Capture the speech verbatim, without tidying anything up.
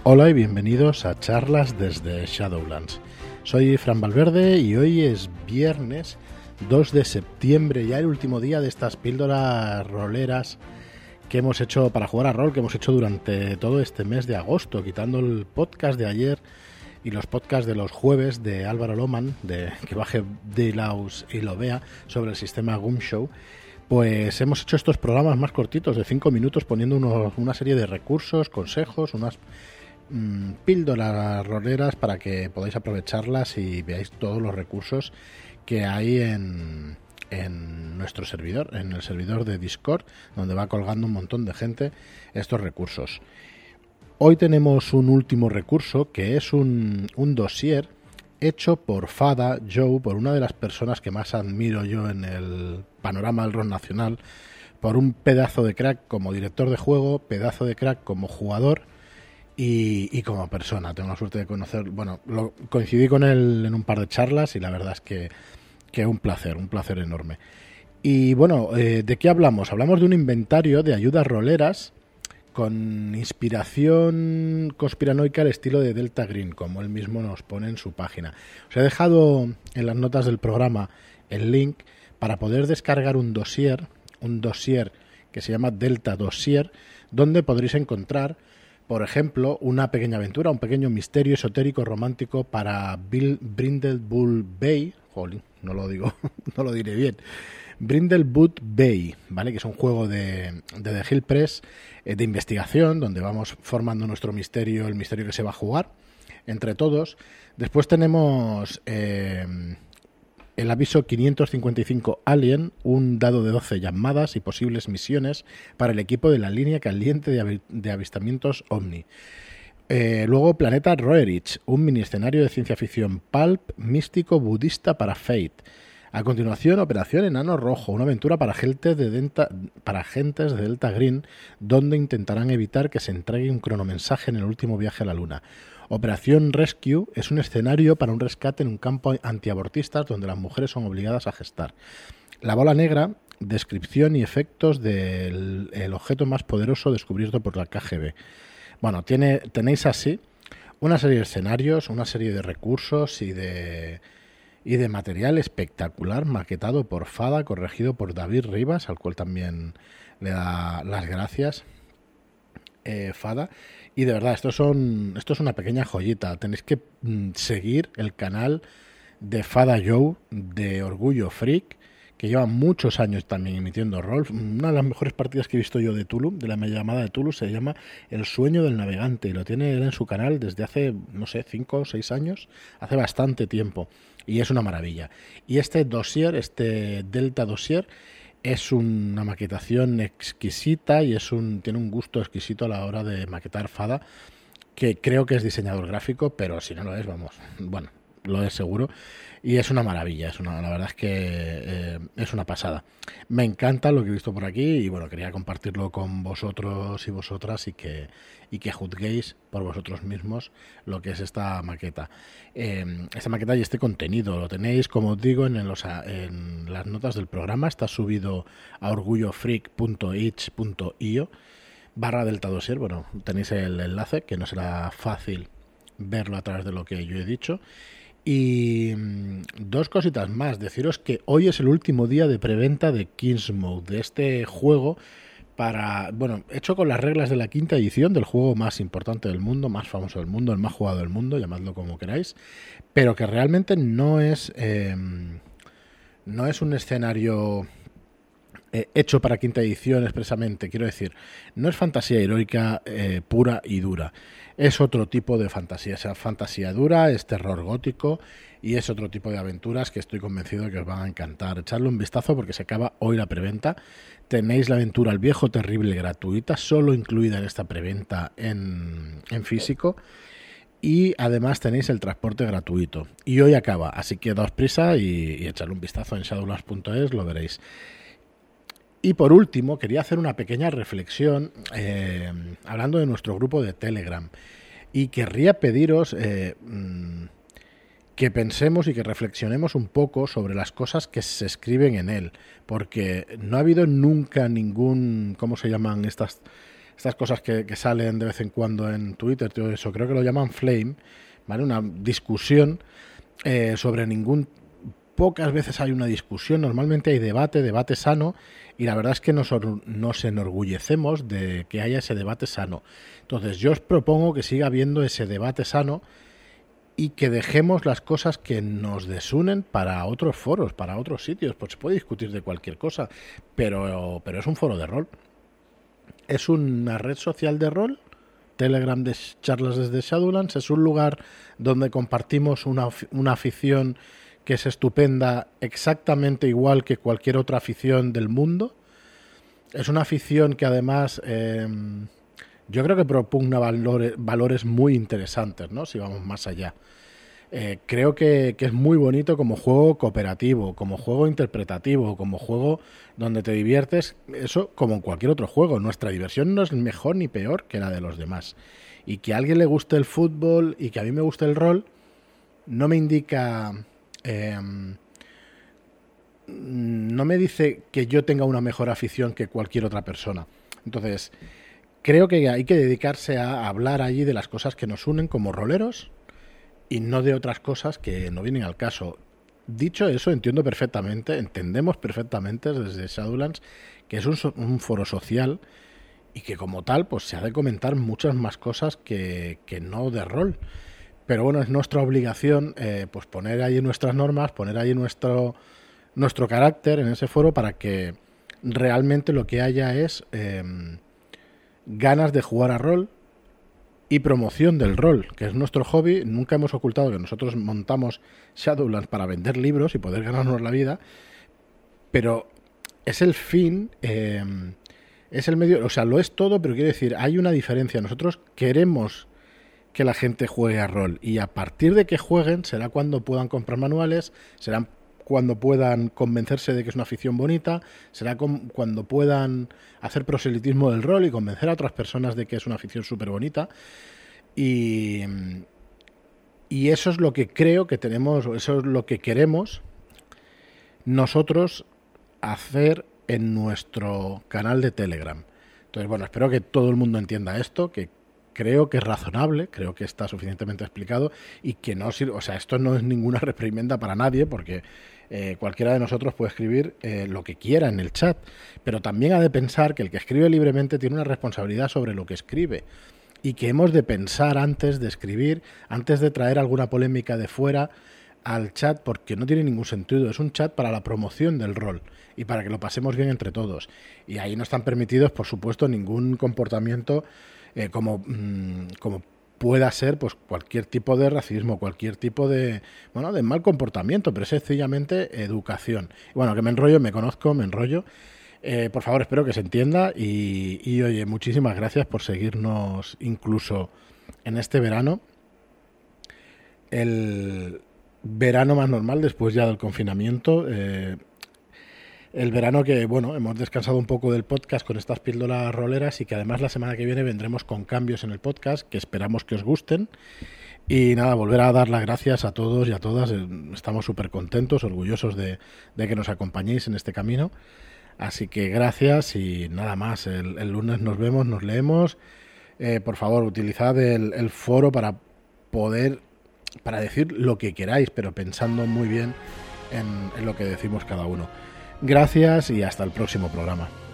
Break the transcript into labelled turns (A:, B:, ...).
A: Hola y bienvenidos a charlas desde Shadowlands. Soy Fran Valverde y hoy es viernes dos de septiembre, ya el último día de estas píldoras roleras que hemos hecho para jugar a rol, que hemos hecho durante todo este mes de agosto, quitando el podcast de ayer y los podcasts de los jueves de Álvaro Loman, de que baje Daylaus y lo vea, sobre el sistema Gumshow. Pues hemos hecho estos programas más cortitos, de cinco minutos, poniendo unos, una serie de recursos, consejos, unas mmm, píldoras roleras para que podáis aprovecharlas y veáis todos los recursos que hay en, en nuestro servidor, en el servidor de Discord, donde va colgando un montón de gente estos recursos. Hoy tenemos un último recurso que es un, un dossier hecho por Fada Joe, por una de las personas que más admiro yo en el panorama del rol nacional, por un pedazo de crack como director de juego, pedazo de crack como jugador y, y como persona. Tengo la suerte de conocer, bueno, lo, coincidí con él en un par de charlas y la verdad es que, que un placer, un placer enorme. Y bueno, eh, ¿de qué hablamos? Hablamos de un inventario de ayudas roleras con inspiración conspiranoica al estilo de Delta Green, como él mismo nos pone en su página. Os he dejado en las notas del programa el link para poder descargar un dossier, un dossier que se llama Delta Dossier, donde podréis encontrar, por ejemplo, una pequeña aventura, un pequeño misterio esotérico romántico para Bill Brindlebull Bay, jolín, no lo digo, no lo diré bien, Brindlebull Bay, ¿vale? Que es un juego de, de The Hill Press, eh, de investigación, donde vamos formando nuestro misterio, el misterio que se va a jugar entre todos. Después tenemos eh, el aviso quinientos cincuenta y cinco Alien, un dado de doce llamadas y posibles misiones para el equipo de la línea caliente de, avi- de avistamientos OVNI. Eh, luego Planeta Roerich, un mini escenario de ciencia ficción pulp místico budista para Fate. A continuación, Operación Enano Rojo, una aventura para agentes de Delta, para agentes de Delta Green, donde intentarán evitar que se entregue un cronomensaje en el último viaje a la Luna. Operación Rescue es un escenario para un rescate en un campo antiabortistas donde las mujeres son obligadas a gestar. La Bola Negra, descripción y efectos del el objeto más poderoso descubierto por la K G B. Bueno, tiene, tenéis así una serie de escenarios, una serie de recursos y de... y de material espectacular, maquetado por Fada, corregido por David Rivas, al cual también le da las gracias, eh, Fada. Y de verdad, esto, son, esto es una pequeña joyita. Tenéis que mm, seguir el canal de Fada Joe, de Orgullo Freak, que lleva muchos años también emitiendo rol. Una de las mejores partidas que he visto yo de Tulu, de la llamada de Tulu, se llama El sueño del navegante, y lo tiene él en su canal desde hace, no sé, cinco o seis años, hace bastante tiempo. Y es una maravilla. Y este dossier, este Delta Dossier, es una maquetación exquisita y es un tiene un gusto exquisito a la hora de maquetar Fada, que creo que es diseñador gráfico, pero si no lo es, vamos, bueno, lo es seguro. Y es una maravilla, es una, la verdad es que eh, es una pasada. Me encanta lo que he visto por aquí y bueno, quería compartirlo con vosotros y vosotras y que, y que juzguéis por vosotros mismos lo que es esta maqueta. Eh, esta maqueta y este contenido lo tenéis, como os digo, en, los, en las notas del programa. Está subido a orgullofreak punto itch punto io barra Delta Dossier. Bueno, tenéis el enlace, que no será fácil verlo a través de lo que yo he dicho. Y dos cositas más. Deciros que hoy es el último día de preventa de Kingsmouth, de este juego para, bueno, hecho con las reglas de la quinta edición del juego más importante del mundo, más famoso del mundo, el más jugado del mundo, llamadlo como queráis, pero que realmente no es eh, no es un escenario eh, hecho para quinta edición expresamente. Quiero decir, no es fantasía heroica eh, pura y dura. Es otro tipo de fantasía, esa fantasía dura, es terror gótico y es otro tipo de aventuras que estoy convencido de que os van a encantar. Echadle un vistazo porque se acaba hoy la preventa. Tenéis la aventura El Viejo Terrible gratuita, solo incluida en esta preventa en, en físico. Y además tenéis el transporte gratuito. Y hoy acaba, así que daos prisa y, y echadle un vistazo en shadowlands punto es, lo veréis. Y por último, quería hacer una pequeña reflexión eh, hablando de nuestro grupo de Telegram. Y querría pediros eh, que pensemos y que reflexionemos un poco sobre las cosas que se escriben en él. Porque no ha habido nunca ningún, ¿cómo se llaman estas estas cosas que, que salen de vez en cuando en Twitter, todo eso, creo que lo llaman flame, ¿vale? Una discusión eh, sobre ningún... Pocas veces hay una discusión, normalmente hay debate, debate sano, y la verdad es que nos, nos enorgullecemos de que haya ese debate sano. Entonces yo os propongo que siga habiendo ese debate sano y que dejemos las cosas que nos desunen para otros foros, para otros sitios. Pues se puede discutir de cualquier cosa, pero, pero es un foro de rol. Es una red social de rol. Telegram de charlas desde Shadowlands es un lugar donde compartimos una, una afición que es estupenda, exactamente igual que cualquier otra afición del mundo. Es una afición que además eh, yo creo que propugna valores, valores muy interesantes, ¿no? Si vamos más allá. Eh, creo que, que es muy bonito como juego cooperativo, como juego interpretativo, como juego donde te diviertes, eso como en cualquier otro juego. Nuestra diversión no es mejor ni peor que la de los demás. Y que a alguien le guste el fútbol y que a mí me guste el rol, no me indica... Eh, no me dice que yo tenga una mejor afición que cualquier otra persona. Entonces, creo que hay que dedicarse a hablar allí de las cosas que nos unen como roleros y no de otras cosas que no vienen al caso. Dicho eso, entiendo perfectamente, entendemos perfectamente desde Shadowlands que es un, un foro social y que como tal pues se ha de comentar muchas más cosas que, que no de rol. Pero bueno, es nuestra obligación eh, pues poner ahí nuestras normas, poner ahí nuestro, nuestro carácter en ese foro para que realmente lo que haya es eh, ganas de jugar a rol y promoción del rol, que es nuestro hobby. Nunca hemos ocultado que nosotros montamos Shadowlands para vender libros y poder ganarnos la vida, pero es el fin, eh, es el medio, o sea, lo es todo, pero quiero decir, hay una diferencia. Nosotros queremos que la gente juegue a rol y a partir de que jueguen será cuando puedan comprar manuales, será cuando puedan convencerse de que es una afición bonita, será con, cuando puedan hacer proselitismo del rol y convencer a otras personas de que es una afición súper bonita. Y, y eso es lo que creo que tenemos, eso es lo que queremos nosotros hacer en nuestro canal de Telegram. Entonces, bueno, espero que todo el mundo entienda esto, que creo que es razonable, creo que está suficientemente explicado y que no sirve, o sea, esto no es ninguna reprimenda para nadie porque eh, cualquiera de nosotros puede escribir eh, lo que quiera en el chat, pero también ha de pensar que el que escribe libremente tiene una responsabilidad sobre lo que escribe y que hemos de pensar antes de escribir, antes de traer alguna polémica de fuera al chat, porque no tiene ningún sentido. Es un chat para la promoción del rol y para que lo pasemos bien entre todos. Y ahí no están permitidos, por supuesto, ningún comportamiento Eh, como, mmm, como pueda ser pues cualquier tipo de racismo, cualquier tipo de bueno de mal comportamiento, pero es sencillamente educación. Bueno, que me enrollo, me conozco, me enrollo. Eh, por favor, espero que se entienda y, y oye, muchísimas gracias por seguirnos incluso en este verano. El verano más normal después ya del confinamiento. Eh, El verano que, bueno, hemos descansado un poco del podcast con estas píldoras roleras y que además la semana que viene vendremos con cambios en el podcast que esperamos que os gusten. Y nada, volver a dar las gracias a todos y a todas. Estamos súper contentos, orgullosos de, de que nos acompañéis en este camino. Así que gracias y nada más. El, el lunes nos vemos, nos leemos. Eh, por favor, utilizad el, el foro para poder, para decir lo que queráis, pero pensando muy bien en, en lo que decimos cada uno. Gracias y hasta el próximo programa.